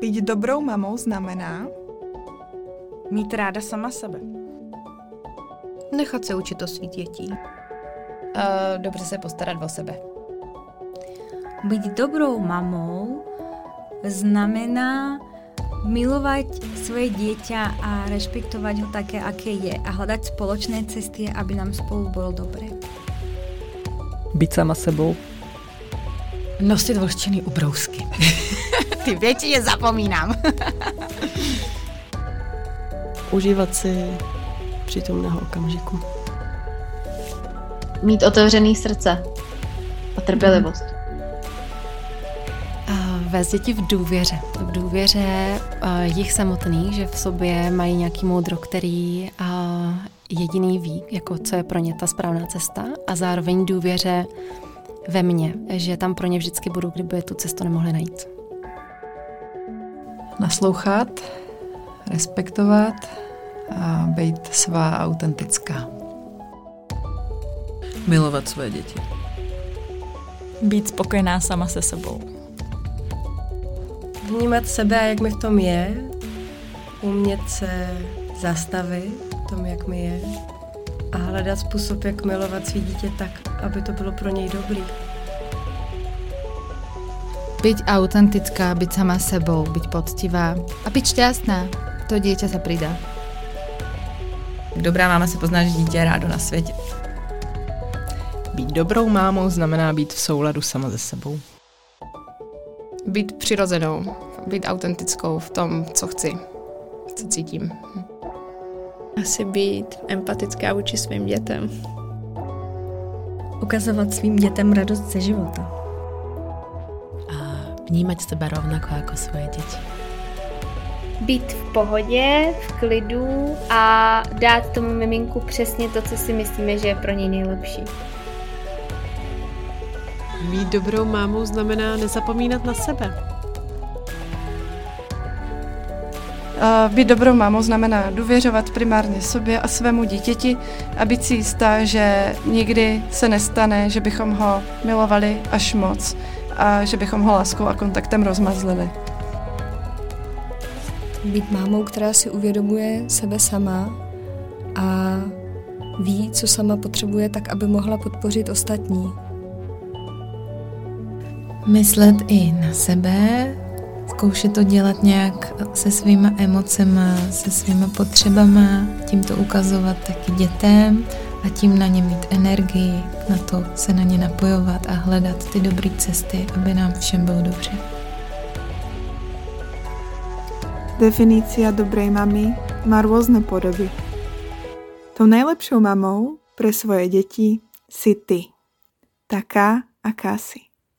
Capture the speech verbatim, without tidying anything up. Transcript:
Být dobrou mamou znamená mít ráda sama sebe. Nechat se učit o svých dětí. Uh, dobře se postarat o sebe. Být dobrou mamou znamená milovať svoje dieťa a rešpektovať ho také, aké je a hľadať spoločné cesty, aby nám spolu bolo dobre. Být sama sebou. Nosit vlhčený ubrousky. Ty většině zapomínám. Užívat si přítomného okamžiku. Mít otevřený srdce a trpělivost. Vést děti v důvěře. V důvěře uh, jich samotných, že v sobě mají nějaký moudro, který uh, jediný ví, jako co je pro ně ta správná cesta, a zároveň důvěře ve mně, že tam pro ně vždycky budu, kdyby tu cestu nemohli najít. Naslouchat, respektovat a být svá autentická. Milovat své děti. Být spokojená sama se sebou. Vnímat sebe, jak mi v tom je, umět se zastavit v tom, jak mi je, a hledat způsob, jak milovat svý dítě tak, aby to bylo pro něj dobrý. Byť autentická, byť sama sebou, byť poctivá a byť šťastná. To dieťa sa pridá. Dobrá máma se pozná, že dítě je rádo na světě. Být dobrou mámou znamená být v souladu sama se sebou. Být přirozenou, být autentickou v tom, co chci, co cítím. Asi být empatická vůči svým dětem. Ukazovat svým dětem radost ze života. A vnímať seba rovnako jako svoje děti. Být v pohodě, v klidu a dát tomu miminku přesně to, co si myslíme, že je pro něj nejlepší. Být dobrou mámou znamená nezapomínat na sebe. Být dobrou mámou znamená důvěřovat primárně sobě a svému dítěti a být si jistá, že nikdy se nestane, že bychom ho milovali až moc a že bychom ho láskou a kontaktem rozmazlili. Být mámou, která si uvědomuje sebe sama a ví, co sama potřebuje, tak aby mohla podpořit ostatní. Myslet i na sebe, zkoušet to dělat nějak se svýma emocema, se svýma potřebama, tím to ukazovat taky dětem a tím na ně mít energii, na to se na ně napojovat a hledat ty dobré cesty, aby nám všem bylo dobře. Definícia dobrej mamy má rôzne podoby. Tou najlepšou mamou pre svoje deti si ty. Taká, aká si.